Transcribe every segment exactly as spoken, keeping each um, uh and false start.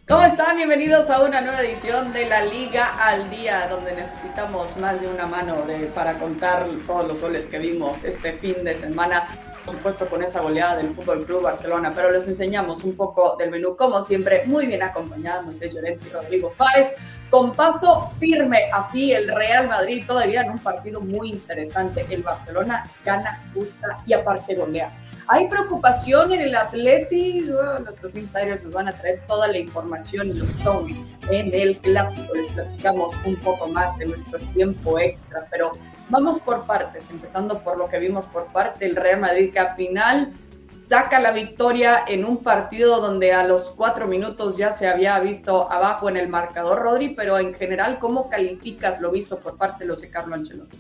¿Cómo están? Bienvenidos a una nueva edición de la Liga al Día, donde necesitamos más de una mano de, para contar todos los goles que vimos este fin de semana, por supuesto con esa goleada del Fútbol Club Barcelona, pero les enseñamos un poco del menú, como siempre, muy bien acompañados, Moisés Llorens y Rodrigo Fáez, con paso firme, así el Real Madrid todavía en un partido muy interesante. El Barcelona gana, busca y aparte golea. Hay preocupación en el Atleti, bueno, nuestros insiders nos van a traer toda la información y los tones en el clásico, les platicamos un poco más en nuestro tiempo extra, pero vamos por partes, empezando por lo que vimos por parte del Real Madrid, que al final saca la victoria en un partido donde a los cuatro minutos ya se había visto abajo en el marcador, Rodri, pero en general, ¿cómo calificas lo visto por parte de los de Carlo Ancelotti?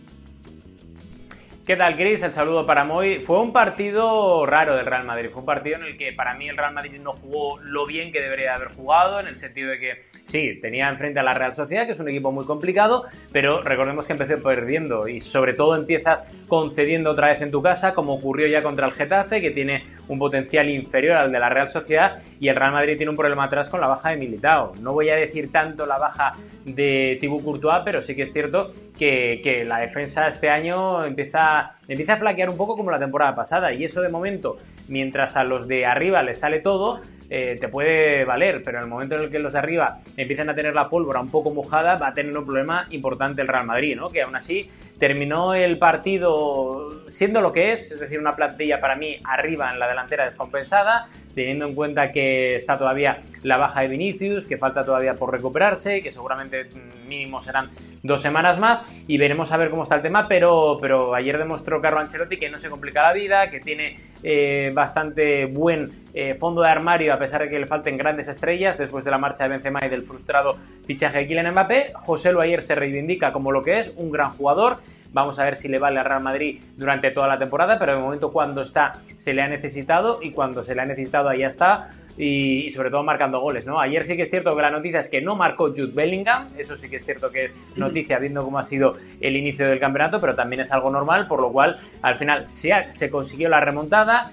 ¿Qué tal, Chris? El saludo para Moy. Fue un partido raro del Real Madrid. Fue un partido en el que para mí el Real Madrid no jugó lo bien que debería haber jugado, en el sentido de que sí, tenía enfrente a la Real Sociedad, que es un equipo muy complicado, pero recordemos que empezó perdiendo y sobre todo empiezas concediendo otra vez en tu casa, como ocurrió ya contra el Getafe, que tiene un potencial inferior al de la Real Sociedad, y el Real Madrid tiene un problema atrás con la baja de Militao. No voy a decir tanto la baja de Thibaut Courtois, pero sí que es cierto que, que la defensa este año empieza, empieza a flaquear un poco como la temporada pasada, y eso de momento, mientras a los de arriba les sale todo, eh, te puede valer, pero en el momento en el que los de arriba empiezan a tener la pólvora un poco mojada, va a tener un problema importante el Real Madrid, ¿no? Que aún así terminó el partido siendo lo que es, es decir, una plantilla para mí arriba en la delantera descompensada, teniendo en cuenta que está todavía la baja de Vinicius, que falta todavía por recuperarse, que seguramente mínimo serán dos semanas más, y veremos a ver cómo está el tema, pero, pero ayer demostró Carlo Ancelotti que no se complica la vida, que tiene eh, bastante buen eh, fondo de armario, a pesar de que le falten grandes estrellas después de la marcha de Benzema y del frustrado fichaje de Kylian Mbappé. Joselu ayer se reivindica como lo que es, un gran jugador. Vamos a ver si le vale al Real Madrid durante toda la temporada, pero de momento cuando está se le ha necesitado, y cuando se le ha necesitado ahí está, y, y sobre todo marcando goles, ¿no? Ayer sí que es cierto que la noticia es que no marcó Jude Bellingham, eso sí que es cierto que es noticia viendo cómo ha sido el inicio del campeonato, pero también es algo normal, por lo cual al final se, ha, se consiguió la remontada.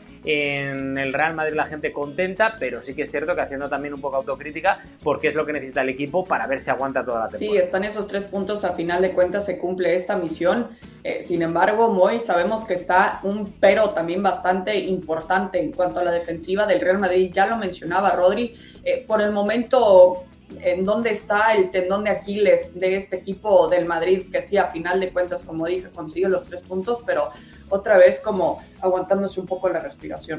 En el Real Madrid la gente contenta, pero sí que es cierto que haciendo también un poco autocrítica, porque es lo que necesita el equipo para ver si aguanta toda la temporada. Sí, están esos tres puntos, a final de cuentas se cumple esta misión. Eh, sin embargo, Moy, sabemos que está un pero también bastante importante en cuanto a la defensiva del Real Madrid. Ya lo mencionaba Rodri, eh, por el momento en dónde está el tendón de Aquiles de este equipo del Madrid, que sí, a final de cuentas, como dije, consiguió los tres puntos, pero otra vez como aguantándose un poco la respiración.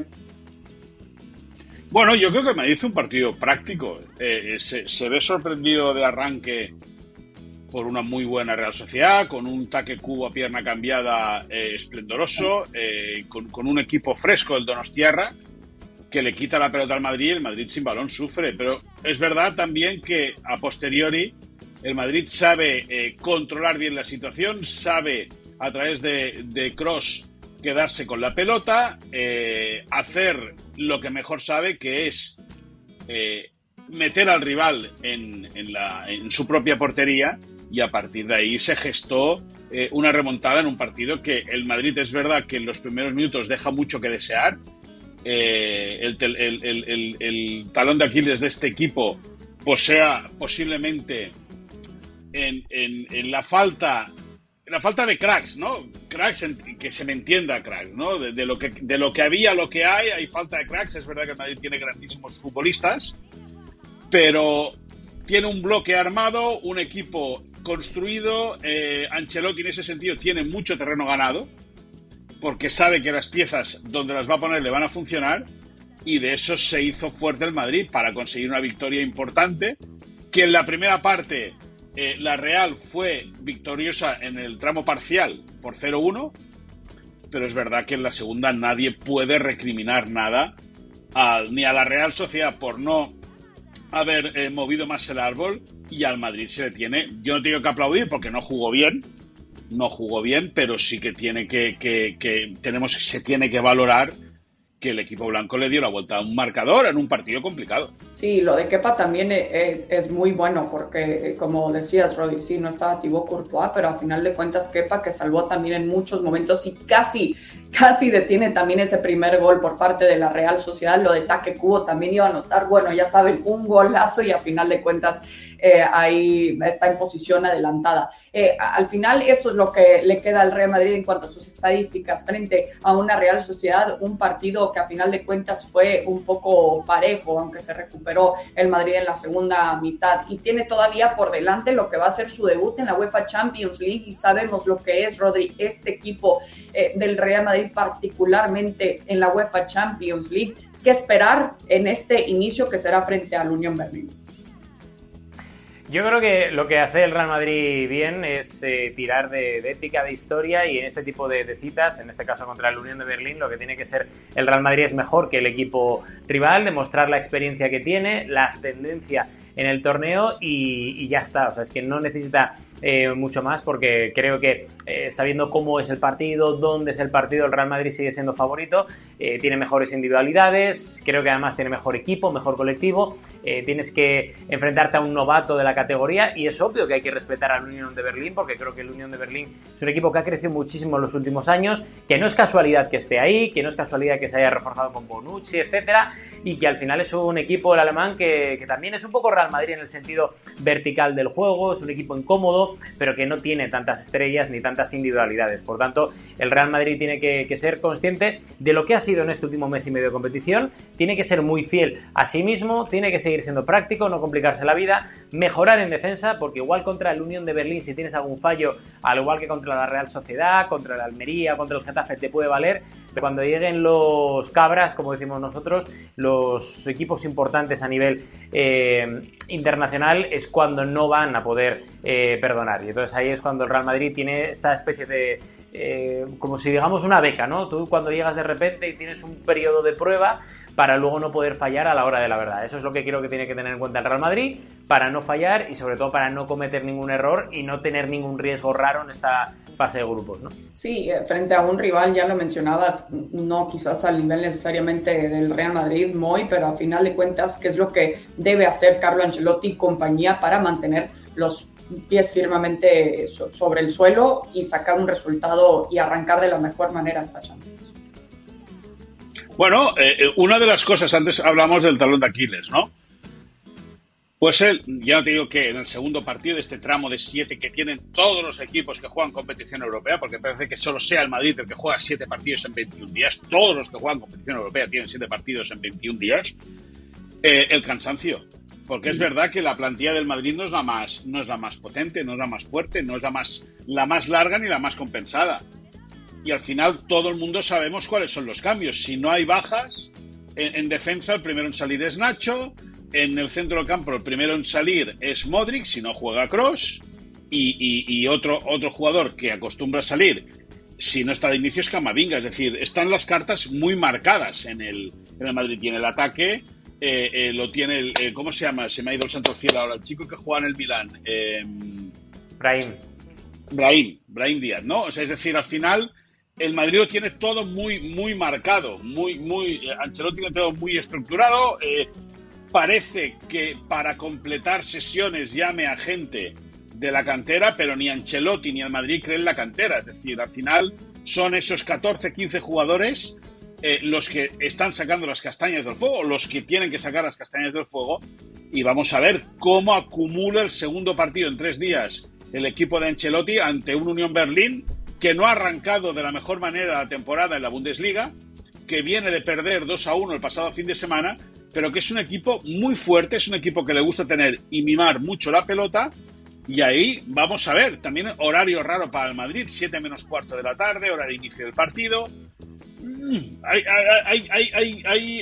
Bueno, yo creo que el Madrid hizo un partido práctico. Eh, se, se ve sorprendido de arranque por una muy buena Real Sociedad, con un taque cubo a pierna cambiada eh, esplendoroso, eh, con, con un equipo fresco del Donostiarra, que le quita la pelota al Madrid y el Madrid sin balón sufre. Pero es verdad también que a posteriori el Madrid sabe eh, controlar bien la situación, sabe a través de, de Kroos quedarse con la pelota, eh, hacer lo que mejor sabe, que es eh, meter al rival en, en, la, en su propia portería, y a partir de ahí se gestó eh, una remontada en un partido que el Madrid, es verdad que en los primeros minutos deja mucho que desear. Eh, el, el, el, el, el talón de Aquiles de este equipo posea posiblemente en, en, en la falta la falta de cracks, ¿no? Cracks, en, que se me entienda cracks, ¿no? De, de, lo que, de lo que había, lo que hay, hay falta de cracks. Es verdad que el Madrid tiene grandísimos futbolistas, pero tiene un bloque armado, un equipo construido. eh, Ancelotti en ese sentido tiene mucho terreno ganado, porque sabe que las piezas donde las va a poner le van a funcionar, y de eso se hizo fuerte el Madrid para conseguir una victoria importante, que en la primera parte eh, la Real fue victoriosa en el tramo parcial por cero uno, pero es verdad que en la segunda nadie puede recriminar nada a, ni a la Real Sociedad por no haber eh, movido más el árbol, y al Madrid se le tiene, yo no tengo que aplaudir porque no jugó bien, no jugó bien, pero sí que tiene que, que, que tenemos, se tiene que valorar que el equipo blanco le dio la vuelta a un marcador en un partido complicado. Sí, lo de Kepa también es, es muy bueno porque, como decías, Rodri, sí, no estaba Thibaut Courtois, pero a final de cuentas Kepa, que salvó también en muchos momentos y casi casi detiene también ese primer gol por parte de la Real Sociedad. Lo de Take Kubo también iba a anotar, bueno, ya saben, un golazo y a final de cuentas eh, ahí está en posición adelantada. Eh, al final esto es lo que le queda al Real Madrid en cuanto a sus estadísticas frente a una Real Sociedad, un partido que a final de cuentas fue un poco parejo, aunque se recuperó el Madrid en la segunda mitad y tiene todavía por delante lo que va a ser su debut en la UEFA Champions League y sabemos lo que es, Rodri, este equipo eh, del Real Madrid, particularmente en la UEFA Champions League. ¿Qué esperar en este inicio que será frente al Unión Berlín? Yo creo que lo que hace el Real Madrid bien es eh, tirar de, de ética, de historia, y en este tipo de, de citas, en este caso contra el Unión de Berlín, lo que tiene que ser el Real Madrid es mejor que el equipo rival, demostrar la experiencia que tiene, la ascendencia en el torneo y, y ya está. O sea, es que no necesita eh, mucho más, porque creo que eh, sabiendo cómo es el partido, dónde es el partido, el Real Madrid sigue siendo favorito, eh, tiene mejores individualidades, creo que además tiene mejor equipo, mejor colectivo, eh, tienes que enfrentarte a un novato de la categoría y es obvio que hay que respetar al Unión de Berlín, porque creo que el Unión de Berlín es un equipo que ha crecido muchísimo en los últimos años, que no es casualidad que esté ahí, que no es casualidad que se haya reforzado con Bonucci, etcétera, y que al final es un equipo, el alemán, que, que también es un poco Real Madrid en el sentido vertical del juego, es un equipo incómodo, pero que no tiene tantas estrellas ni tantas individualidades. Por tanto, el Real Madrid tiene que, que ser consciente de lo que ha sido en este último mes y medio de competición, tiene que ser muy fiel a sí mismo, tiene que seguir siendo práctico, no complicarse la vida, mejorar en defensa, porque igual contra el Unión de Berlín, si tienes algún fallo, al igual que contra la Real Sociedad, contra el Almería, contra el Getafe, te puede valer, pero cuando lleguen los cabras, como decimos nosotros, los equipos importantes a nivel eh, internacional, es cuando no van a poder eh, perdonar. Y entonces ahí es cuando el Real Madrid tiene esta especie de, eh, como si digamos una beca, ¿no? Tú cuando llegas de repente y tienes un periodo de prueba para luego no poder fallar a la hora de la verdad. Eso es lo que creo que tiene que tener en cuenta el Real Madrid, para no fallar y sobre todo para no cometer ningún error y no tener ningún riesgo raro en esta fase de grupos, ¿no? Sí, frente a un rival, ya lo mencionabas, no quizás al nivel necesariamente del Real Madrid, Moy, pero a final de cuentas, ¿qué es lo que debe hacer Carlo Ancelotti y compañía para mantener los pies firmemente sobre el suelo y sacar un resultado y arrancar de la mejor manera esta Champions? Bueno, eh, una de las cosas, antes hablamos del talón de Aquiles, ¿no? Pues él, ya te digo que en el segundo partido de este tramo de siete que tienen todos los equipos que juegan competición europea, porque parece que solo sea el Madrid el que juega siete partidos en veintiún días, todos los que juegan competición europea tienen siete partidos en veintiún días, eh, el cansancio. Porque es verdad que la plantilla del Madrid no es la más, no es la más potente, no es la más fuerte, no es la más, la más larga ni la más compensada. Y al final todo el mundo sabemos cuáles son los cambios. Si no hay bajas, en, en defensa el primero en salir es Nacho, en el centro del campo el primero en salir es Modric, si no juega Kroos, y, y, y otro, otro jugador que acostumbra a salir, si no está de inicio, es Camavinga. Es decir, están las cartas muy marcadas en el, en el Madrid. Tiene el ataque, eh, eh, lo tiene el, eh, ¿cómo se llama? Se me ha ido el santo cielo ahora, el chico que juega en el Milán. Eh, Brahim. Brahim, Brahim Díaz, ¿no? O sea, es decir, al final el Madrid lo tiene todo muy, muy marcado, muy, muy, eh, Ancelotti tiene todo muy estructurado, eh, parece que para completar sesiones llame a gente de la cantera, pero ni Ancelotti ni el Madrid creen la cantera, es decir, al final son esos catorce, quince jugadores eh, los que están sacando las castañas del fuego, los que tienen que sacar las castañas del fuego, y vamos a ver cómo acumula el segundo partido en tres días el equipo de Ancelotti ante un Unión Berlín que no ha arrancado de la mejor manera la temporada en la Bundesliga, que viene de perder dos a uno el pasado fin de semana, pero que es un equipo muy fuerte, es un equipo que le gusta tener y mimar mucho la pelota, y ahí vamos a ver, también horario raro para el Madrid, siete menos cuarto de la tarde, hora de inicio del partido. Mm, hay hay, hay, hay, hay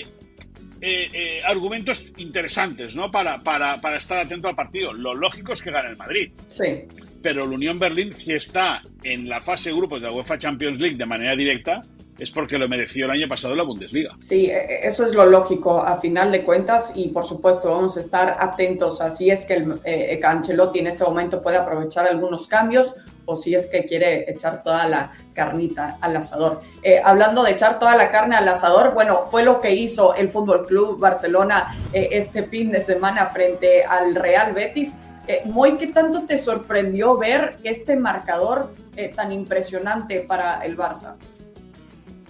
eh, eh, argumentos interesantes, ¿no? Para, para, para estar atento al partido. Lo lógico es que gane el Madrid. Sí. Pero el Unión Berlín, si está en la fase de grupos de la UEFA Champions League de manera directa, es porque lo mereció el año pasado en la Bundesliga. Sí, eso es lo lógico a final de cuentas y por supuesto vamos a estar atentos a si es que el, eh, Ancelotti en este momento puede aprovechar algunos cambios o si es que quiere echar toda la carnita al asador. Eh, hablando de echar toda la carne al asador, bueno, fue lo que hizo el Fútbol Club Barcelona eh, este fin de semana frente al Real Betis. Eh, Moy, ¿qué tanto te sorprendió ver este marcador eh, tan impresionante para el Barça?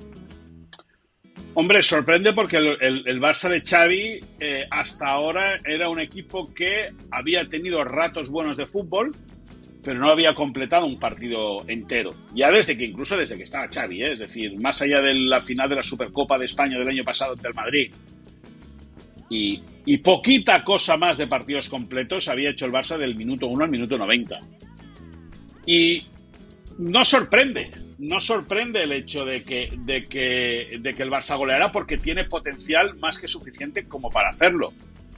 Hombre, sorprende porque el, el, el Barça de Xavi eh, hasta ahora era un equipo que había tenido ratos buenos de fútbol, pero no había completado un partido entero. Ya desde que, incluso desde que estaba Xavi, ¿eh? Es decir, más allá de la final de la Supercopa de España del año pasado ante el Madrid, y, y poquita cosa más de partidos completos había hecho el Barça del minuto uno al minuto noventa. Y no sorprende, no sorprende el hecho de que, de que, de que el Barça goleara, porque tiene potencial más que suficiente como para hacerlo.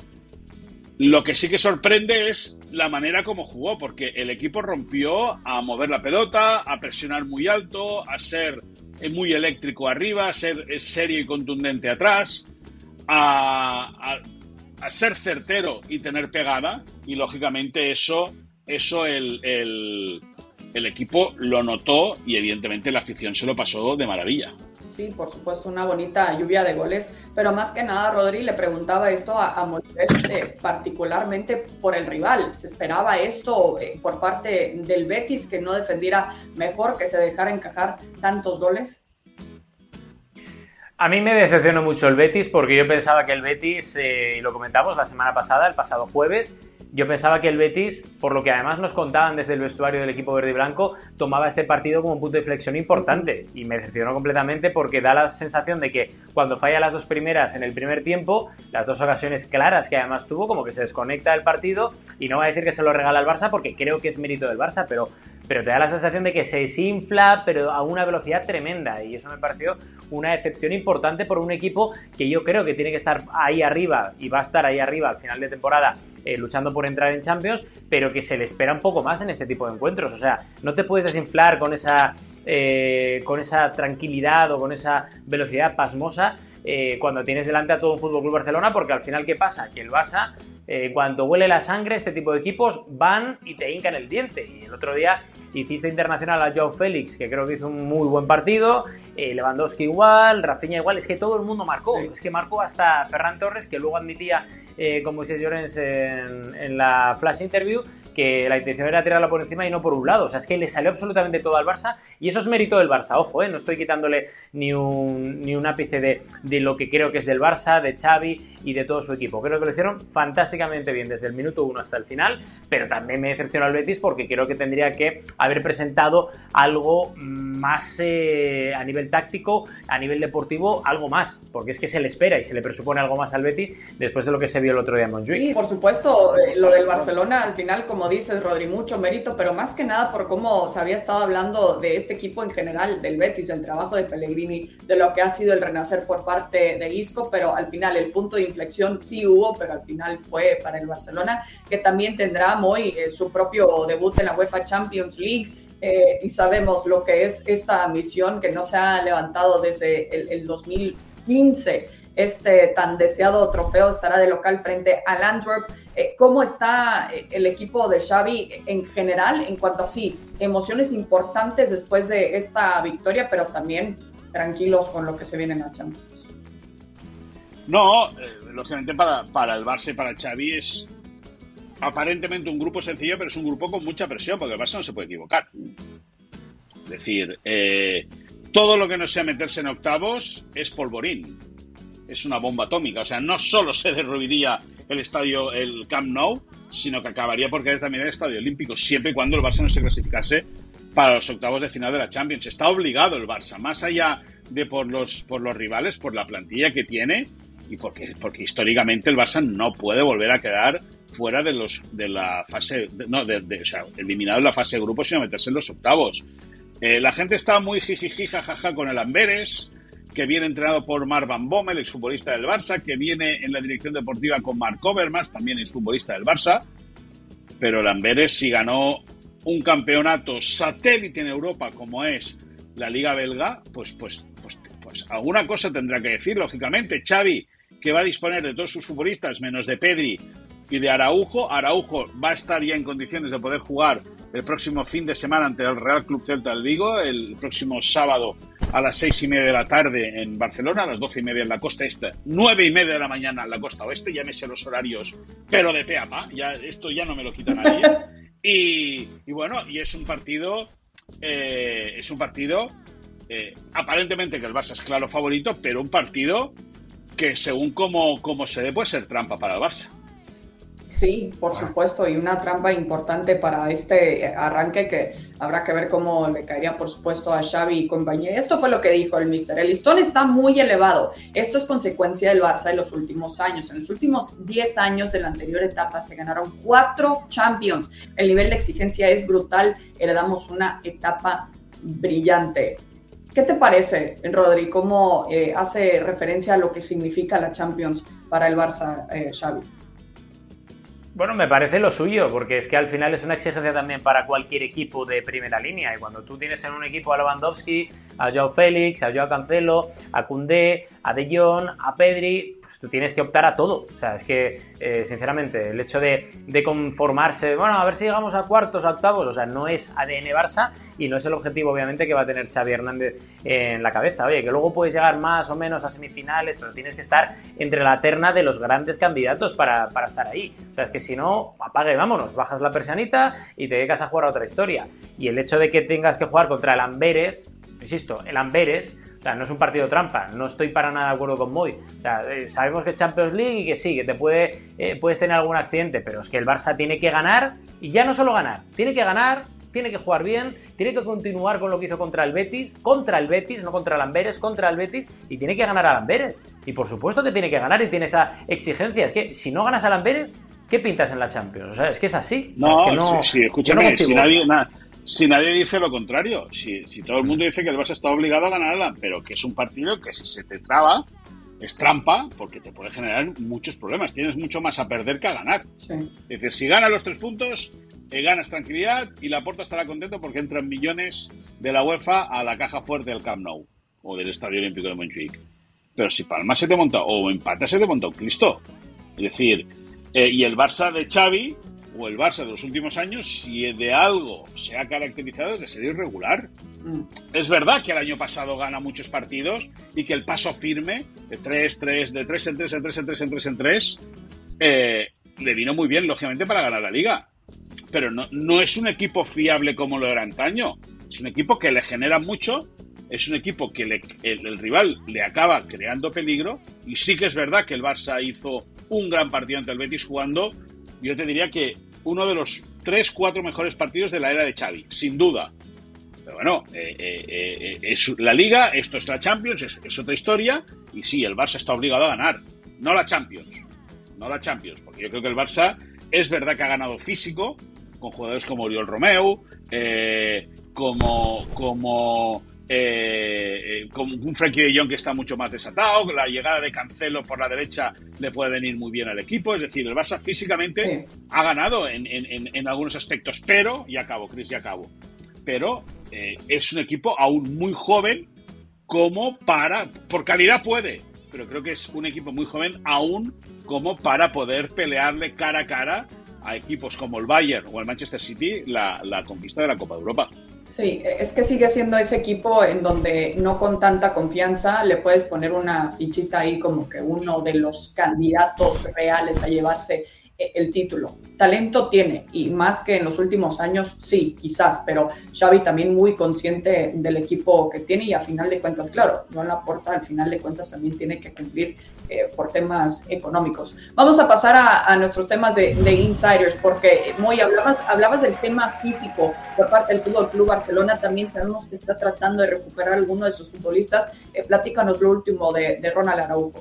Lo que sí que sorprende es la manera como jugó, porque el equipo rompió a mover la pelota, a presionar muy alto, a ser muy eléctrico arriba, a ser serio y contundente atrás, a, a, a ser certero y tener pegada, y lógicamente eso, eso el, el, el equipo lo notó y evidentemente la afición se lo pasó de maravilla. Sí, por supuesto, una bonita lluvia de goles, pero más que nada, Rodri, le preguntaba esto a, a Moisés, eh, particularmente por el rival. ¿Se esperaba esto eh, por parte del Betis, que no defendiera mejor, que se dejara encajar tantos goles? A mí me decepcionó mucho el Betis, porque yo pensaba que el Betis, eh, y lo comentamos la semana pasada, el pasado jueves, yo pensaba que el Betis, por lo que además nos contaban desde el vestuario del equipo verde y blanco, tomaba este partido como un punto de inflexión importante, y me decepcionó completamente porque da la sensación de que cuando falla las dos primeras en el primer tiempo, las dos ocasiones claras que además tuvo, como que se desconecta del partido, y no voy a decir que se lo regala al Barça porque creo que es mérito del Barça, pero, pero te da la sensación de que se desinfla, pero a una velocidad tremenda, y eso me pareció una decepción importante por un equipo que yo creo que tiene que estar ahí arriba, y va a estar ahí arriba al final de temporada, Eh, luchando por entrar en Champions, pero que se le espera un poco más en este tipo de encuentros. O sea, no te puedes desinflar con esa, eh, con esa tranquilidad o con esa velocidad pasmosa eh, cuando tienes delante a todo un F C Barcelona, porque al final, ¿qué pasa? Que el Barça, eh, en cuanto huele la sangre, este tipo de equipos van y te hincan el diente. Y el otro día hiciste internacional a Joao Félix, que creo que hizo un muy buen partido, eh, Lewandowski igual, Rafinha igual, es que todo el mundo marcó, sí. Es que marcó hasta Ferran Torres, que luego admitía eh, con Moisés Llorens en, en la flash interview que la intención era tirarla por encima y no por un lado. O sea, es que le salió absolutamente todo al Barça, y eso es mérito del Barça. Ojo, eh, no estoy quitándole ni un, ni un ápice de, de lo que creo que es del Barça, de Xavi y de todo su equipo. Creo que lo hicieron fantásticamente bien desde el minuto uno hasta el final, pero también me decepcionó el Betis porque creo que tendría que haber presentado algo más eh, a nivel táctico, a nivel deportivo, algo más, porque es que se le espera y se le presupone algo más al Betis después de lo que se vio el otro día en Montjuïc. Sí, por supuesto, eh, lo del Barcelona al final, como dices, Rodri, mucho mérito, pero más que nada por cómo se había estado hablando de este equipo en general, del Betis, del trabajo de Pellegrini, de lo que ha sido el renacer por parte de Isco, pero al final el punto de inflexión sí hubo, pero al final fue para el Barcelona, que también tendrá hoy eh, su propio debut en la UEFA Champions League. Eh, y sabemos lo que es esta misión que no se ha levantado desde el, el dos mil quince. Este tan deseado trofeo estará de local frente al Antwerp. Eh, ¿Cómo está el equipo de Xavi en general en cuanto a sí, emociones importantes después de esta victoria, pero también tranquilos con lo que se viene en la Champions? No, eh, lógicamente para, para el Barça y para Xavi es aparentemente un grupo sencillo, pero es un grupo con mucha presión, porque el Barça no se puede equivocar. Es decir, eh, todo lo que no sea meterse en octavos es polvorín. Es una bomba atómica. O sea, no solo se derruiría el estadio, el Camp Nou, sino que acabaría por caer también el Estadio Olímpico, siempre y cuando el Barça no se clasificase para los octavos de final de la Champions. Está obligado el Barça, más allá de por los, por los rivales, por la plantilla que tiene, y porque, porque históricamente el Barça no puede volver a quedar fuera de los de la fase, de, no, de, de, o sea, eliminado en la fase de grupos, sino meterse en los octavos. Eh, la gente está muy jijiji, jajaja con el Amberes, que viene entrenado por Marc Van Bommel, exfutbolista del Barça, que viene en la dirección deportiva con Marc Overmars, también exfutbolista del Barça, pero el Amberes, si ganó un campeonato satélite en Europa como es la Liga Belga, pues, pues, pues, pues alguna cosa tendrá que decir, lógicamente. Xavi, que va a disponer de todos sus futbolistas, menos de Pedri y de Araujo. Araujo va a estar ya en condiciones de poder jugar el próximo fin de semana ante el Real Club Celta de Vigo, el próximo sábado a las seis y media de la tarde en Barcelona, a las doce y media en la costa este, nueve y media de la mañana en la costa oeste. Llámese los horarios, pero de pe a pa, ya, esto ya no me lo quita nadie. Y, y bueno, y es un partido, eh, es un partido eh, aparentemente que el Barça es claro favorito, pero un partido que según cómo, cómo se dé puede ser trampa para el Barça. Sí, por supuesto, y una trampa importante para este arranque que habrá que ver cómo le caería, por supuesto, a Xavi y compañía. Esto fue lo que dijo el míster. El listón está muy elevado. Esto es consecuencia del Barça de los últimos años. En los últimos diez años de la anterior etapa se ganaron cuatro Champions. El nivel de exigencia es brutal. Heredamos una etapa brillante. ¿Qué te parece, Rodri? ¿Cómo eh, hace referencia a lo que significa la Champions para el Barça, eh, Xavi? Bueno, me parece lo suyo, porque es que al final es una exigencia también para cualquier equipo de primera línea. Y cuando tú tienes en un equipo a Lewandowski, a Joao Félix, a Joao Cancelo, a Koundé, a De Jong, a Pedri, pues tú tienes que optar a todo. O sea, es que, eh, sinceramente, el hecho de, de conformarse, bueno, a ver si llegamos a cuartos, a octavos, o sea, no es A D N Barça y no es el objetivo, obviamente, que va a tener Xavi Hernández en la cabeza. Oye, que luego puedes llegar más o menos a semifinales, pero tienes que estar entre la terna de los grandes candidatos para, para estar ahí. O sea, es que si no, apaga y vámonos, bajas la persianita y te dedicas a jugar a otra historia. Y el hecho de que tengas que jugar contra el Amberes, insisto, el Amberes, o sea, no es un partido trampa, no estoy para nada de acuerdo con Moy. O sea, eh, sabemos que es Champions League y que sí, que te puede, eh, puedes tener algún accidente, pero es que el Barça tiene que ganar, y ya no solo ganar, tiene que ganar, tiene que jugar bien, tiene que continuar con lo que hizo contra el Betis, contra el Betis, no contra el Amberes, contra el Betis, y tiene que ganar al Amberes. Y por supuesto que tiene que ganar y tiene esa exigencia. Es que si no ganas al Amberes, ¿qué pintas en la Champions? O sea, es que es así. No, o sea, es que no, sí, sí, escúchame, no si nadie... Na... Si nadie dice lo contrario, si, si todo el mundo dice que el Barça está obligado a ganarla, pero que es un partido que si se te traba, es trampa, porque te puede generar muchos problemas. Tienes mucho más a perder que a ganar. Sí. Es decir, si ganas los tres puntos, eh, ganas tranquilidad y Laporta estará contento porque entran millones de la UEFA a la caja fuerte del Camp Nou o del Estadio Olímpico de Montjuic. Pero si Palma se te monta o empata, se te monta un Cristo. Es decir, eh, y el Barça de Xavi o el Barça de los últimos años, si de algo se ha caracterizado es de ser irregular. Mm. Es verdad que el año pasado gana muchos partidos y que el paso firme de tres tres, de tres en tres, en tres en tres, en tres en tres, eh, le vino muy bien, lógicamente, para ganar la Liga. Pero no, no es un equipo fiable como lo era antaño. Es un equipo que le genera mucho, es un equipo que le, el, el rival le acaba creando peligro, y sí que es verdad que el Barça hizo un gran partido ante el Betis jugando, yo te diría que uno de los tres, cuatro mejores partidos de la era de Xavi, sin duda. Pero bueno, eh, eh, eh, es la Liga, esto es la Champions, es, es otra historia, y sí, el Barça está obligado a ganar. No la Champions, no la Champions, porque yo creo que el Barça es verdad que ha ganado físico, con jugadores como Oriol Romeu, eh, como... como Eh, eh, con un Frenkie de Jong que está mucho más desatado, la llegada de Cancelo por la derecha le puede venir muy bien al equipo, es decir, el Barça físicamente sí. ha ganado en, en, en algunos aspectos, pero, y acabo, Chris, y acabo, pero eh, es un equipo aún muy joven como para, por calidad puede, pero creo que es un equipo muy joven aún como para poder pelearle cara a cara a equipos como el Bayern o el Manchester City la, la conquista de la Copa de Europa. Sí, es que sigue siendo ese equipo en donde no con tanta confianza le puedes poner una fichita ahí como que uno de los candidatos reales a llevarse el título. Talento tiene, y más que en los últimos años, sí, quizás, pero Xavi también muy consciente del equipo que tiene, y a final de cuentas, claro, no Laporta, al final de cuentas también tiene que cumplir eh, por temas económicos. Vamos a pasar a, a nuestros temas de, de insiders, porque Moy, hablabas, hablabas del tema físico por parte del Fútbol Club Barcelona, también sabemos que está tratando de recuperar a alguno de sus futbolistas. Eh, platícanos lo último de, de Ronald Araujo.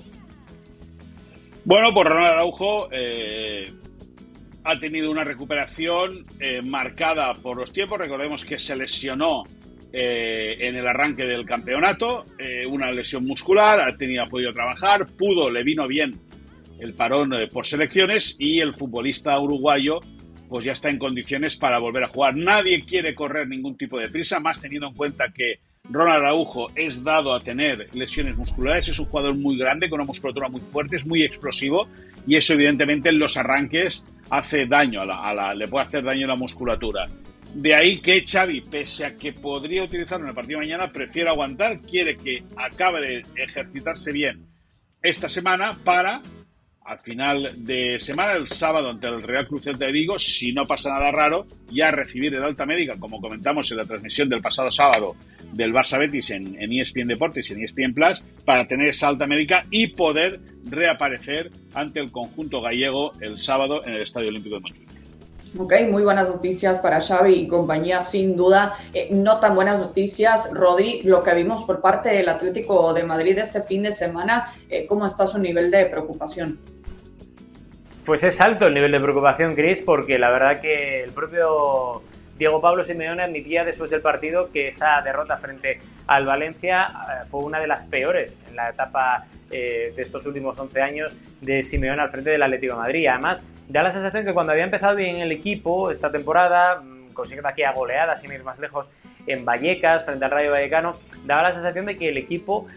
Bueno, pues Ronald Araujo eh, ha tenido una recuperación eh, marcada por los tiempos. Recordemos que se lesionó eh, en el arranque del campeonato, eh, una lesión muscular, ha tenido, ha podido trabajar, pudo, le vino bien el parón eh, por selecciones, y el futbolista uruguayo pues ya está en condiciones para volver a jugar. Nadie quiere correr ningún tipo de prisa, más teniendo en cuenta que Ronald Araujo es dado a tener lesiones musculares, es un jugador muy grande, con una musculatura muy fuerte, es muy explosivo, y eso evidentemente en los arranques hace daño, a la, a la, le puede hacer daño a la musculatura. De ahí que Xavi, pese a que podría utilizarlo en el partido de mañana, prefiere aguantar, quiere que acabe de ejercitarse bien esta semana para, al final de semana, el sábado ante el Real Cruz Celta de Vigo, si no pasa nada raro, ya recibir el alta médica, como comentamos en la transmisión del pasado sábado, del Barça Betis en, en E S P N Deportes y en E S P N Plus para tener esa alta médica y poder reaparecer ante el conjunto gallego el sábado en el Estadio Olímpico de Montjuic. Ok, muy buenas noticias para Xavi y compañía, sin duda. Eh, no tan buenas noticias, Rodri, lo que vimos por parte del Atlético de Madrid este fin de semana. Eh, ¿Cómo está su nivel de preocupación? Pues es alto el nivel de preocupación, Chris, porque la verdad que el propio Diego Pablo Simeone admitía después del partido que esa derrota frente al Valencia eh, fue una de las peores en la etapa eh, de estos últimos once años de Simeone al frente del Atlético de Madrid. Además, da la sensación que cuando había empezado bien el equipo esta temporada, consiguiendo aquí a goleadas sin ir más lejos en Vallecas frente al Rayo Vallecano, daba la sensación de que el equipo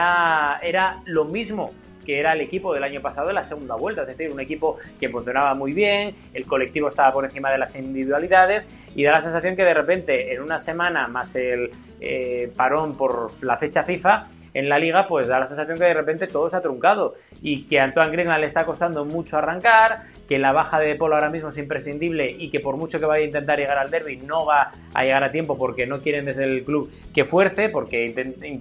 ya era lo mismo que era el equipo del año pasado en la segunda vuelta, es decir, un equipo que funcionaba muy bien, el colectivo estaba por encima de las individualidades y da la sensación que de repente en una semana más el eh, parón por la fecha FIFA en la Liga, pues da la sensación que de repente todo se ha truncado y que a Antoine Griezmann le está costando mucho arrancar, que la baja de Paul ahora mismo es imprescindible y que por mucho que vaya a intentar llegar al derbi no va a llegar a tiempo porque no quieren desde el club que fuerce, porque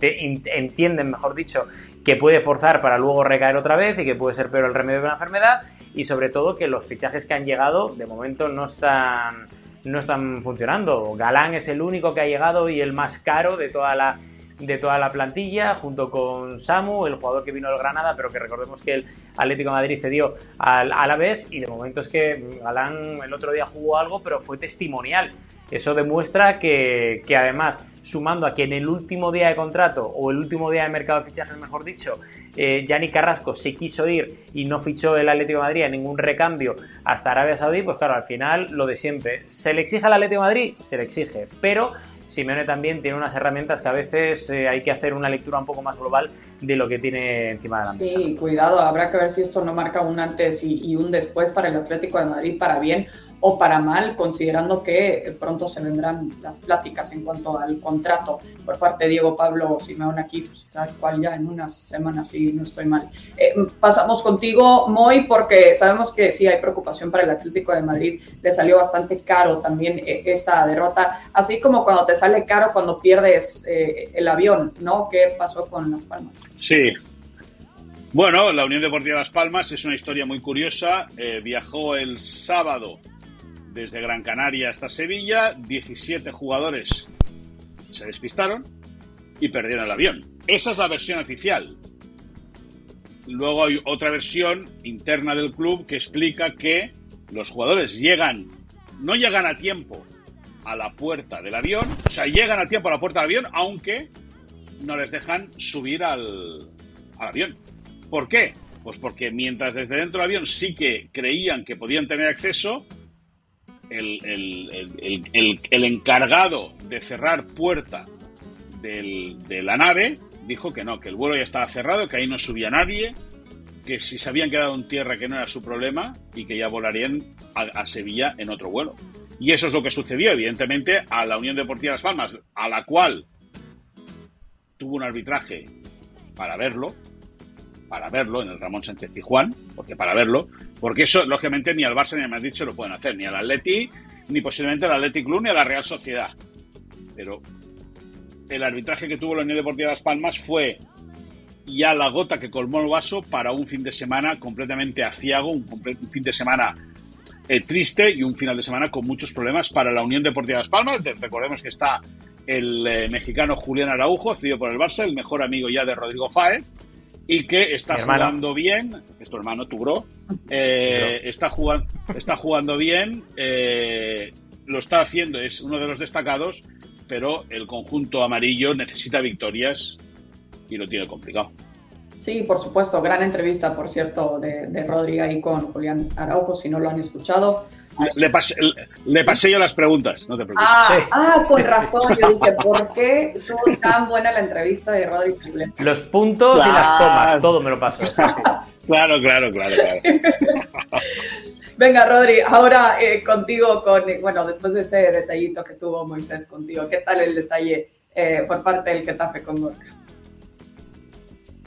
entienden, mejor dicho, que puede forzar para luego recaer otra vez y que puede ser peor el remedio de una enfermedad, y sobre todo que los fichajes que han llegado de momento no están, no están funcionando. Galán es el único que ha llegado y el más caro de toda la de toda la plantilla, junto con Samu, el jugador que vino del Granada, pero que recordemos que el Atlético de Madrid cedió al Alavés, y de momento es que Galán el otro día jugó algo, pero fue testimonial. Eso demuestra que, que además, sumando a que en el último día de contrato, o el último día de mercado de fichajes, mejor dicho, eh, Yanni Carrasco se quiso ir y no fichó el Atlético de Madrid a ningún recambio hasta Arabia Saudí, pues claro, al final lo de siempre. ¿Se le exige al Atlético de Madrid? Se le exige, pero Simeone también tiene unas herramientas que a veces eh, hay que hacer una lectura un poco más global de lo que tiene encima de la mesa. Sí, cuidado, habrá que ver si esto no marca un antes y, y un después para el Atlético de Madrid, para bien o para mal, considerando que pronto se vendrán las pláticas en cuanto al contrato por parte de Diego Pablo Simeone aquí, pues, tal cual ya en unas semanas, si no estoy mal. Eh, pasamos contigo, Moy, porque sabemos que sí hay preocupación para el Atlético de Madrid, le salió bastante caro también eh, esa derrota, así como cuando te sale caro cuando pierdes eh, el avión, ¿no? ¿Qué pasó con Las Palmas? Sí. Bueno, la Unión Deportiva Las Palmas es una historia muy curiosa. Eh, viajó el sábado desde Gran Canaria hasta Sevilla, diecisiete jugadores se despistaron y perdieron el avión. Esa es la versión oficial. Luego hay otra versión interna del club que explica que los jugadores llegan, no llegan a tiempo a la puerta del avión, o sea, llegan a tiempo a la puerta del avión, aunque no les dejan subir al, al avión. ¿Por qué? Pues porque mientras desde dentro del avión sí que creían que podían tener acceso, El, el, el, el, el encargado de cerrar puerta del, de la nave dijo que no, que el vuelo ya estaba cerrado, que ahí no subía nadie, que si se habían quedado en tierra que no era su problema y que ya volarían a, a Sevilla en otro vuelo. Y eso es lo que sucedió, evidentemente, a la Unión Deportiva Las Palmas, a la cual tuvo un arbitraje para verlo, para verlo en el Ramón Sánchez Pizjuán, porque para verlo, porque eso, lógicamente, ni al Barça ni al Madrid se lo pueden hacer, ni al Atleti, ni posiblemente al Athletic Club, ni a la Real Sociedad. Pero el arbitraje que tuvo la Unión Deportiva Las Palmas fue ya la gota que colmó el vaso para un fin de semana completamente aciago, un, un fin de semana eh, triste y un final de semana con muchos problemas para la Unión Deportiva Las Palmas. Recordemos que está el eh, mexicano Julián Araujo, cedido por el Barça, el mejor amigo ya de Rodrigo Fáez, y que está jugando bien, es tu hermano, tu bro, eh, está, jugando, está jugando bien, eh, lo está haciendo, es uno de los destacados, pero el conjunto amarillo necesita victorias y lo tiene complicado. Sí, por supuesto, gran entrevista, por cierto, de, de Rodri ahí con Julián Araujo, si no lo han escuchado. Le pasé, le pasé yo las preguntas, no te preocupes. Ah, sí. ah con razón. Yo dije, ¿por qué estuvo tan buena la entrevista de Rodri? Los puntos claro. y las tomas, todo me lo paso. Sí, sí. Claro, claro, claro, claro. Venga, Rodri, ahora eh, contigo, con bueno, después de ese detallito que tuvo Moisés contigo, ¿qué tal el detalle eh, por parte del Getafe con Gorka?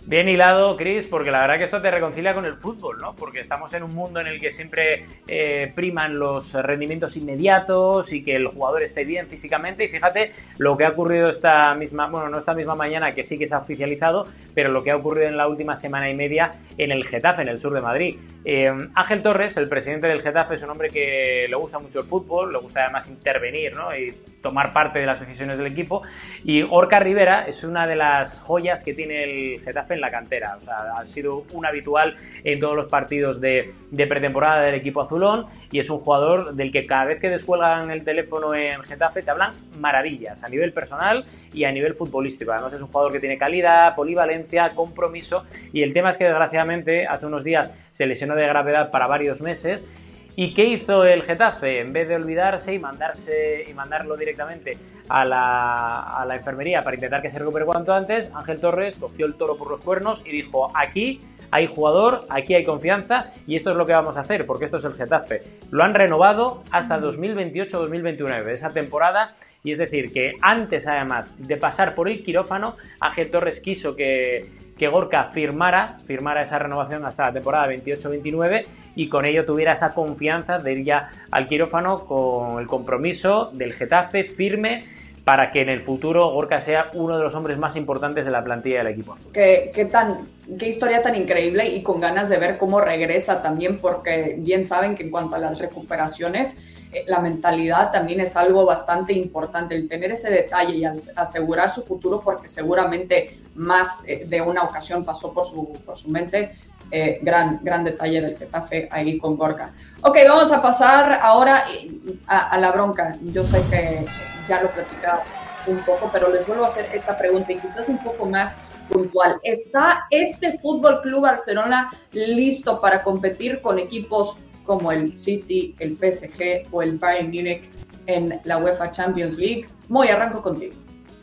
Bien hilado, Chris, porque la verdad que esto te reconcilia con el fútbol, ¿no? Porque estamos en un mundo en el que siempre eh, priman los rendimientos inmediatos y que el jugador esté bien físicamente. Y fíjate lo que ha ocurrido esta misma, bueno, no esta misma mañana, que sí que se ha oficializado, pero lo que ha ocurrido en la última semana y media en el Getafe, en el sur de Madrid. Eh, Ángel Torres, el presidente del Getafe, es un hombre que le gusta mucho el fútbol, le gusta además intervenir, ¿no? Y tomar parte de las decisiones del equipo. Y Gorka Rivera es una de las joyas que tiene el Getafe en la cantera. O sea, ha sido un habitual en todos los partidos de, de pretemporada del equipo azulón y es un jugador del que cada vez que descuelgan el teléfono en Getafe te hablan maravillas a nivel personal y a nivel futbolístico. Además es un jugador que tiene calidad, polivalencia, compromiso, y el tema es que desgraciadamente hace unos días se lesionó de gravedad para varios meses. ¿Y qué hizo el Getafe? En vez de olvidarse y mandarse y mandarlo directamente a la, a la enfermería para intentar que se recupere cuanto antes, Ángel Torres cogió el toro por los cuernos y dijo: aquí hay jugador, aquí hay confianza y esto es lo que vamos a hacer, porque esto es el Getafe. Lo han renovado hasta dos mil veintiocho dos mil veintinueve, esa temporada, y es decir, que antes además de pasar por el quirófano, Ángel Torres quiso que que Gorka firmara, firmara esa renovación hasta la temporada veintiocho veintinueve y con ello tuviera esa confianza de ir ya al quirófano con el compromiso del Getafe firme para que en el futuro Gorka sea uno de los hombres más importantes de la plantilla del equipo azul. Qué, qué, tan, qué historia tan increíble y con ganas de ver cómo regresa también, porque bien saben que en cuanto a las recuperaciones, la mentalidad también es algo bastante importante, el tener ese detalle y asegurar su futuro, porque seguramente más de una ocasión pasó por su, por su mente. Eh, gran, gran detalle del Getafe ahí con Gorka. Ok, vamos a pasar ahora a, a la bronca. Yo sé que ya lo platicaba un poco, pero les vuelvo a hacer esta pregunta y quizás un poco más puntual. ¿Está este Fútbol Club Barcelona listo para competir con equipos como el City, el P S G o el Bayern Múnich en la UEFA Champions League? Moy, arranco contigo.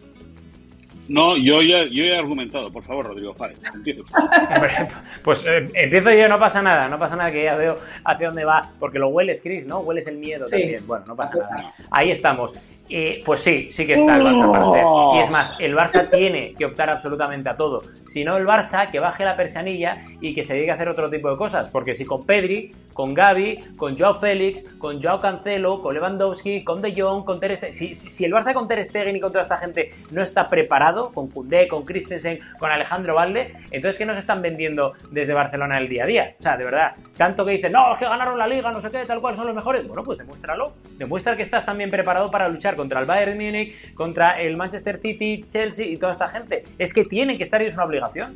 No, yo ya, yo ya he argumentado. Por favor, Rodrigo Fáez, empieza usted. Pues eh, empiezo yo, no pasa nada, no pasa nada, que ya veo hacia dónde va, porque lo hueles, Chris, ¿no? Hueles el miedo sí. También. Bueno, no pasa nada. Ahí estamos. Eh, pues sí, sí que está el Barça para hacer. Y es más, el Barça tiene que optar absolutamente a todo. Si no, el Barça que baje la persianilla y que se dedique a hacer otro tipo de cosas. Porque si con Pedri, con Gavi, con Joao Félix, con Joao Cancelo, con Lewandowski, con De Jong, con Ter Stegen, si, si, si el Barça con Ter Stegen y con toda esta gente no está preparado, con Koundé, con Christensen, con Alejandro Valde, entonces ¿qué nos están vendiendo desde Barcelona el día a día? O sea, de verdad, tanto que dicen, no, es que ganaron la Liga, no sé qué, tal cual, son los mejores. Bueno, pues demuéstralo. Demuestra que estás también preparado para luchar contra el Bayern Múnich, contra el Manchester City, Chelsea y toda esta gente. Es que tienen que estar y es una obligación.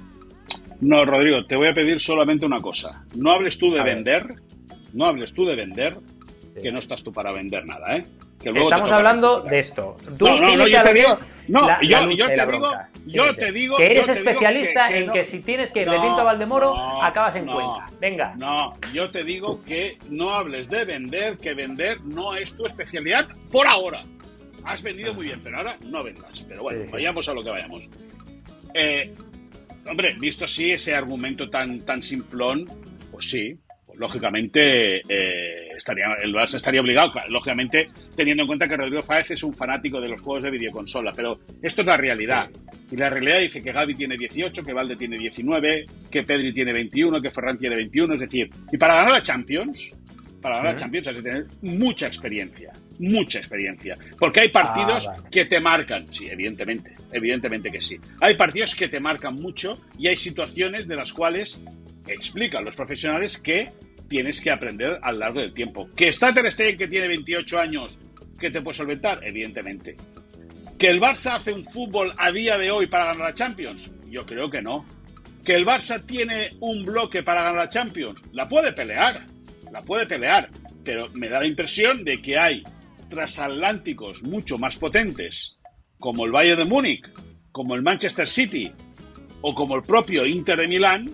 No, Rodrigo, te voy a pedir solamente una cosa. No hables tú de vender, no hables tú de vender, sí. Que no estás tú para vender nada, ¿eh? Que luego estamos hablando de esto. Tú no, no, no, yo te digo, no, la, yo, la yo te la digo, yo te digo que eres yo te especialista que, que en no, que si tienes que ir no, de Pinto a Valdemoro, no, acabas en no, Cuenca. Venga. No, yo te digo que no hables de vender, que vender no es tu especialidad por ahora. Has vendido muy bien, pero ahora no vendas. Pero bueno, sí, sí. Vayamos a lo que vayamos. Eh, hombre, visto así ese argumento tan, tan simplón, pues sí, pues lógicamente eh, estaría, el Barça estaría obligado, lógicamente teniendo en cuenta que Rodrigo Fáez es un fanático de los juegos de videoconsola, pero esto es la realidad. Sí. Y la realidad dice que Gavi tiene dieciocho, que Valde tiene diecinueve, que Pedri tiene veintiuno, que Ferran tiene veintiuno, es decir, y para ganar la Champions, para ganar uh-huh. la Champions hay que tener mucha experiencia. Mucha experiencia, porque hay partidos ah, vale. que te marcan, sí, evidentemente, evidentemente que sí. Hay partidos que te marcan mucho y hay situaciones de las cuales explican los profesionales que tienes que aprender a lo largo del tiempo. ¿Que está Ter Stegen, que tiene veintiocho años, que te puede solventar? Evidentemente. ¿Que el Barça hace un fútbol a día de hoy para ganar la Champions? Yo creo que no. ¿Que el Barça tiene un bloque para ganar la Champions? La puede pelear, la puede pelear, pero me da la impresión de que hay transatlánticos mucho más potentes, como el Bayern de Múnich, como el Manchester City o como el propio Inter de Milán,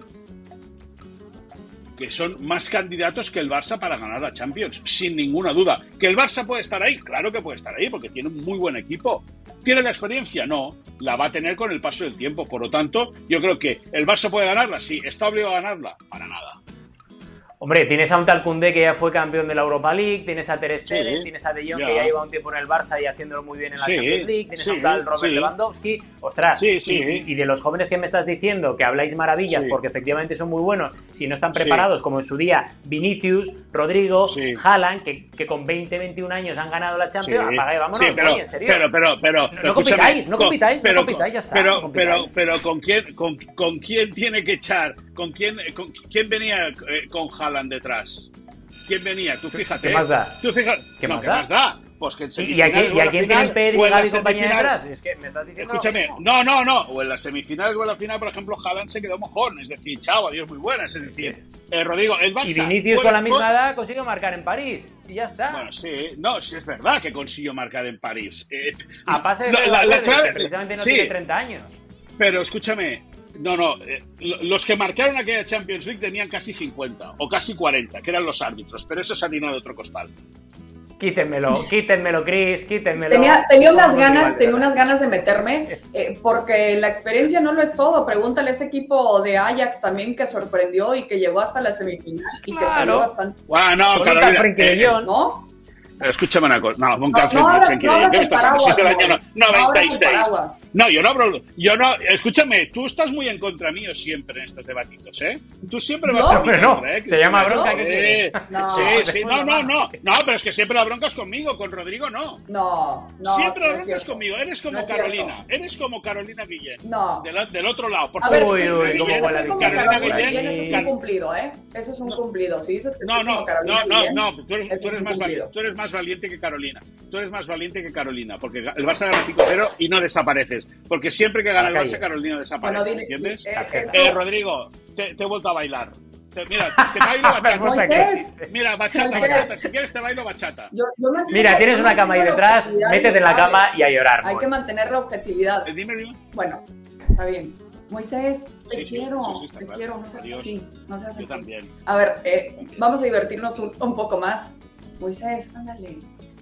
que son más candidatos que el Barça para ganar la Champions, sin ninguna duda. ¿Que el Barça puede estar ahí? Claro que puede estar ahí, porque tiene un muy buen equipo. ¿Tiene la experiencia? No, la va a tener con el paso del tiempo. Por lo tanto, yo creo que el Barça puede ganarla, sí. ¿Está obligado a ganarla? Para nada. Hombre, tienes a un tal Koundé que ya fue campeón de la Europa League, tienes a Ter Stegen, sí, tienes a De Jong ya. que ya lleva un tiempo en el Barça y haciéndolo muy bien en la sí, Champions League, tienes sí, a un tal Robert sí. Lewandowski, ostras, sí, sí. Y, y de los jóvenes que me estás diciendo que habláis maravillas sí. porque efectivamente son muy buenos, si no están preparados, sí. como en su día Vinicius, Rodrigo, sí. Haaland, que, que con veinte, veintiún años han ganado la Champions, sí. apaga y vámonos, sí, pero, oye, en serio. Pero, pero, pero, no, no compitáis, no compitáis, pero, no compitáis, ya está. Pero, no pero, pero, ¿con quién, con, con quién tiene que echar? ¿Con quién, con, quién venía eh, con Haaland detrás? ¿Quién venía? Tú fíjate. ¿Qué más da? Tú fíjate. ¿Qué no, más ¿qué da? más da? Pues que en ¿Y a quién, ¿y a quién tienen Pedri, Gavi y compañía detrás? Es que me estás diciendo. Escúchame, no, no, no. O en las semifinales o en la final, por ejemplo, Haaland se quedó mojón. Es decir, chao, adiós, muy buenas. Es decir, eh, Rodrigo, el Barça. Y Vinicius con la misma edad consiguió marcar en París. Y ya está. Bueno, sí. No, sí es verdad que consiguió marcar en París. Eh, a pase de la, la, la clave, que precisamente no sí, tiene treinta años. Pero escúchame. No, no, eh, los que marcaron aquella Champions League tenían casi cincuenta o casi cuarenta, que eran los árbitros, pero eso es harina de otro costal. Quítenmelo, quítenmelo, Chris, quítenmelo. Tenía, tenía unas ganas, tenía unas ganas de meterme, eh, porque la experiencia no lo es todo. Pregúntale a ese equipo de Ajax también que sorprendió y que llegó hasta la semifinal y claro. que salió bastante. Ah, no, Carolina, eh, eh, ¿no? Pero escúchame una cosa. No, nunca no, no, Frenkie de Jong. ¿Qué me estás hablando? Si es del año noventa y seis. No, yo no hablo. Yo no. Escúchame, tú estás muy en contra mío siempre en estos debatitos, ¿eh? Tú siempre vas no, a. Pero no, ¿eh? Se llama bronca. Sí, ¿qué no, sí, sí. No, no, no. No, pero es que siempre la bronca es conmigo, con Rodrigo no. No, no. Siempre la no bronca es, es conmigo. Eres como no Carolina. Cierto. Eres como Carolina Guillén. No. Del, del otro lado. Por a ver, uy, sí, uy, sí, ¿cómo sí, fue la como Carolina Guillén? Eso es un cumplido, ¿eh? Eso es un cumplido. Si dices que no, no, como Carolina no, Guillén, no, no. Tú eres, tú eres más valiente. Tú eres más valiente que Carolina. Tú eres más valiente que Carolina, porque el Barça gana cinco cero y no desapareces. Porque siempre que gana el Barça, Carolina desaparece. Bueno, dile, ¿entiendes? Eh, eh, eh, Rodrigo, te, te he vuelto a bailar. Te, mira, te, te bailo bachata. Mira, bachata, bachata. Si quieres te bailo bachata. Yo, yo mira, tienes una cama ahí detrás, métete en la cama y a llorar. Hay que mantener la objetividad. Eh, dime, dime. Bueno, está bien. Moisés, te sí, quiero, sí, sí, te claro. quiero, no seas Adiós. así, no seas Yo así. También. A ver, eh, vamos a divertirnos un, un poco más. Moisés, ándale.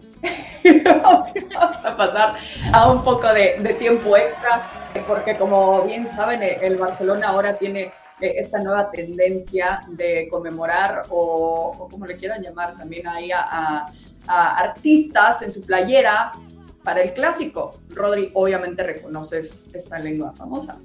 Vamos a pasar a un poco de, de tiempo extra, porque como bien saben, el Barcelona ahora tiene esta nueva tendencia de conmemorar, o, o como le quieran llamar también ahí a, a, a artistas en su playera para el clásico. Rodri, obviamente reconoces esta lengua famosa.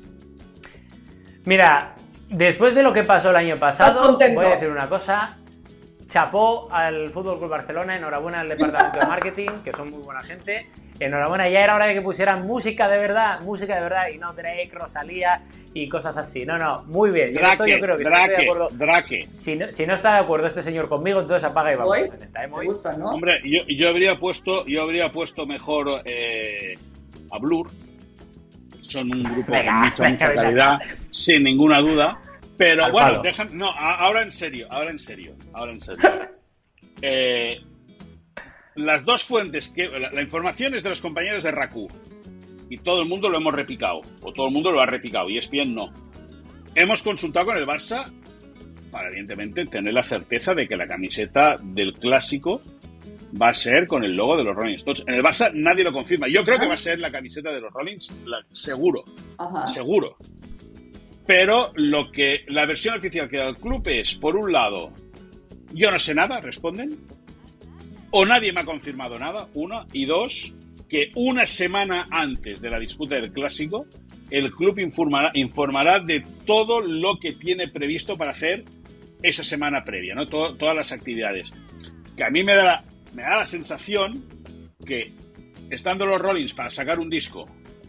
Mira, después de lo que pasó el año pasado, voy a decir una cosa. Chapó al F C Barcelona, enhorabuena al departamento de marketing, que son muy buena gente. Enhorabuena, ya era hora de que pusieran música de verdad, música de verdad, y no Drake, Rosalía y cosas así. No, no, muy bien. Drake, esto yo creo que Drake, si no estoy de acuerdo, Drake. Si no, si no está de acuerdo este señor conmigo, entonces apaga y vamos. ¿Hoy? En esta, ¿eh? Me gusta, ¿no? Hombre, yo, yo habría puesto, yo habría puesto mejor eh, a Blur. Son un grupo venga, con mucha, venga, mucha venga. calidad, sin ninguna duda. Pero Al bueno, dejan, no, ahora en serio, ahora en serio, ahora en serio. Eh, las dos fuentes que la, la información es de los compañeros de Raku y todo el mundo lo hemos repicado, o todo el mundo lo ha repicado, y E S P N no. Hemos consultado con el Barça para evidentemente tener la certeza de que la camiseta del clásico va a ser con el logo de los Rolling Stones. En el Barça nadie lo confirma. Yo creo que va a ser la camiseta de los Rollins, la, seguro, Ajá. seguro. Pero lo que la versión oficial que da el club es, por un lado, yo no sé nada, responden, o nadie me ha confirmado nada, una, y dos, que una semana antes de la disputa del Clásico, el club informará, informará de todo lo que tiene previsto para hacer esa semana previa, ¿no? Todo, todas las actividades. Que a mí me da, la, me da la sensación que, estando los Rollins para sacar un disco,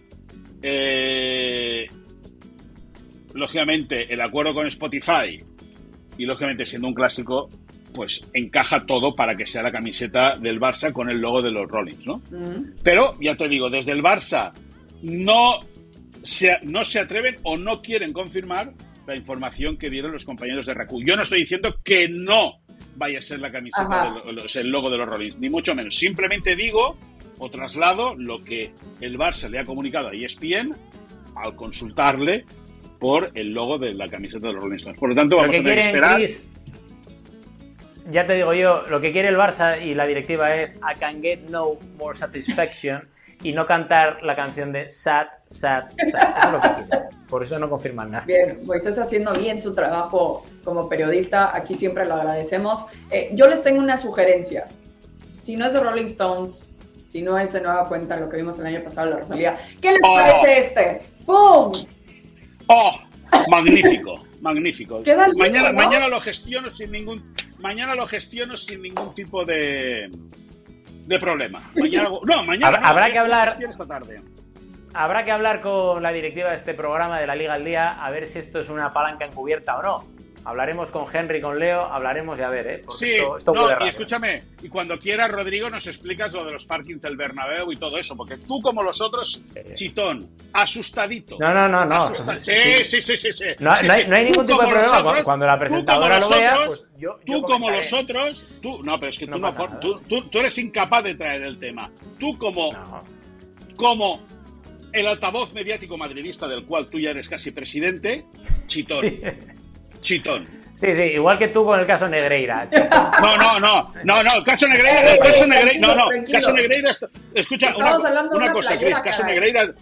eh... lógicamente el acuerdo con Spotify y lógicamente siendo un clásico, pues encaja todo para que sea la camiseta del Barça con el logo de los Rollins, ¿no? Mm. Pero, ya te digo, desde el Barça no se, no se atreven o no quieren confirmar la información que dieron los compañeros de Raku. Yo no estoy diciendo que no vaya a ser la camiseta, de los, el logo de los Rollins, ni mucho menos. Simplemente digo o traslado lo que el Barça le ha comunicado a E S P N al consultarle por el logo de la camiseta de los Rolling Stones. Por lo tanto, vamos a tener que esperar. Chris, ya te digo yo, lo que quiere el Barça y la directiva es I can get no more satisfaction, y no cantar la canción de Sad, Sad, Sad. Eso es lo que quiero. Por eso no confirman nada. Bien, Moisés haciendo bien su trabajo como periodista, aquí siempre lo agradecemos. Eh, yo les tengo una sugerencia. Si no es de Rolling Stones, si no es de nueva cuenta lo que vimos el año pasado, la Rosalía, ¿qué les Oh. parece este? ¡Pum! ¡Oh! Magnífico, magnífico. Queda lindo, Mañana, ¿no? mañana lo gestiono sin ningún, mañana lo gestiono sin ningún tipo de, de problema. Mañana, no, mañana. Habrá, habrá no, que hablar. Esta tarde. Habrá que hablar con la directiva de este programa de la Liga al Día a ver si esto es una palanca encubierta o no. Hablaremos con Henry, con Leo, hablaremos y a ver, ¿eh? Porque Sí, esto, esto no, puede y rasgar. escúchame, y cuando quieras, Rodrigo, nos explicas lo de los parkings del Bernabéu y todo eso, porque tú, como los otros, chitón, asustadito. No, no, no, no. Asusta- sí, sí, sí, sí, sí. No, sí, no, hay, sí. no hay ningún Tú tipo de como problema. nosotros, Cuando la tú presentadora como lo vea, nosotros, pues yo. Tú yo como comentaré. los otros, tú, no, pero es que No tú, no, pasa por- nada. tú, tú, tú eres incapaz de traer el tema. Tú como, No. como el altavoz mediático madridista del cual tú ya eres casi presidente, chitón, Sí. chitón. Sí, sí, igual que tú con el caso Negreira. No, no, no, no, no, el caso Negreira, Eh, el caso eh, Negreira, no, no, tranquilo, caso Negreira, está- escucha, Estamos una, hablando de una una cosa, playera, Chris, caso caray. Negreira,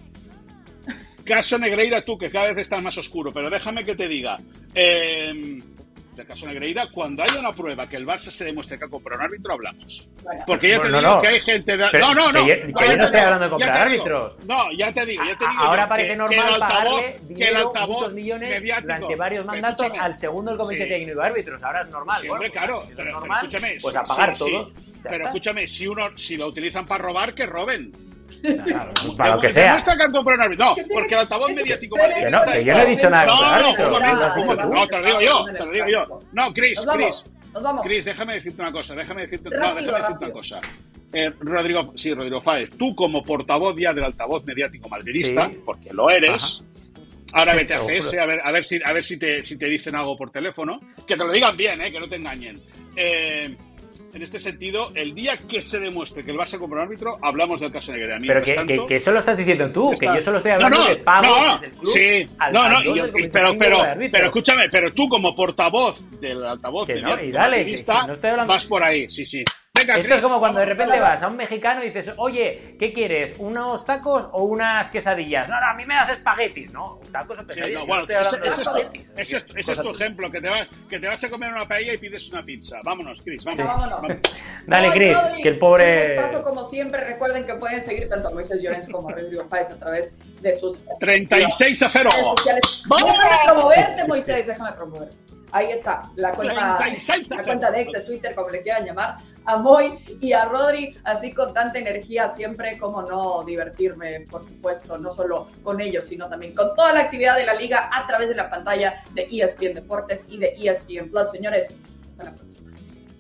caso Negreira tú, que cada vez estás más oscuro, pero déjame que te diga, eh, del caso Negreira, cuando haya una prueba que el Barça se demuestre que ha comprado un árbitro, hablamos. Bueno, Porque ya Bueno, te no, digo no. que hay gente de... Pero no, no, que no. yo- que no, yo ya no te estoy digo, hablando de ya comprar te digo. árbitros. No, ya te digo, ya te digo. Ahora yo parece que- normal que el altavoz- pagarle que el dinero, altavoz muchos millones mediático- durante varios pero mandatos escúchame, al segundo del comité sí. técnico de árbitros. Ahora es normal. Sí, Bueno, hombre, pues, claro, si eso pero, es pero normal, escúchame, pues sí, a pagar sí, sí. todos. Ya Pero está. escúchame, si uno, si lo utilizan para robar, que roben. Claro, para lo que Demuestra sea. que han comprado un árbitro. No, ¿Qué tiene- porque el altavoz mediático Pero madridista Que no, que yo no he dicho nada No, contra el árbitro. un que lo has momento, dicho un tú. momento. No, te lo digo yo, te lo digo yo. No, Chris, Nos vamos, Chris. nos vamos. Chris, déjame decirte una cosa, déjame decirte, no, Rápido, déjame decirte rápido. una cosa. Eh, Rodrigo, sí, Rodrigo Fáez, tú como portavoz ya del altavoz mediático madridista, Sí. porque lo eres, ahora vete a Seguro. C S a ver, a ver si, a ver si te, si te dicen algo por teléfono, que te lo digan bien, eh, que no te engañen. Eh, en este sentido, el día que se demuestre que el Barça compra un árbitro, hablamos del caso Negreira. Pero Mientras que, tanto, que, que eso lo estás diciendo tú, que está- yo solo estoy hablando No, no, de pago no, no, desde el club sí, al, no, al no, dos y yo- del comité pero, técnico pero, de árbitros. pero escúchame, pero tú como portavoz del altavoz Que no, mediático y dale, que- madridista, que no estoy hablando- vas por ahí, sí, sí. Venga, Esto Chris, es como cuando de vamos. repente vas a un mexicano y dices, oye, ¿qué quieres? ¿Unos tacos o unas quesadillas? No, no, a mí me das espaguetis, ¿no? Tacos o Sí, quesadillas. no, Yo bueno, estoy hablando ese, de ese es tu, espaguetis. ese es- ese es Cosa tu tuya. ejemplo, que te, vas, que te vas a comer una paella y pides una pizza. Vámonos, Chris, Venga, vámonos. vámonos. Dale, Ay, Chris, Rodri, que el pobre... Un gustazo, como siempre. Recuerden que pueden seguir tanto a Moisés Llorens como a Rodrigo Fáez a través de sus treinta y seis a cero. redes sociales. ¡Vamos! Déjame promoverte, Moisés, déjame promover. Ahí está, la cuenta, treinta y seis a la cero. cuenta de ex de Twitter, como le quieran llamar, a Moy y a Rodri, así con tanta energía siempre, como no divertirme, por supuesto, no solo con ellos, sino también con toda la actividad de la liga a través de la pantalla de E S P N Deportes y de E S P N Plus. Señores, hasta la próxima.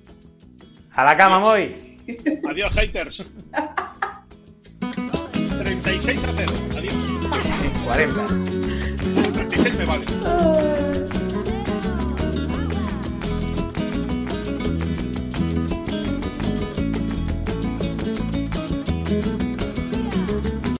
A la cama, voy. Adiós, haters. treinta y seis a cero. Adiós. cuarenta. treinta y seis me vale. Ay.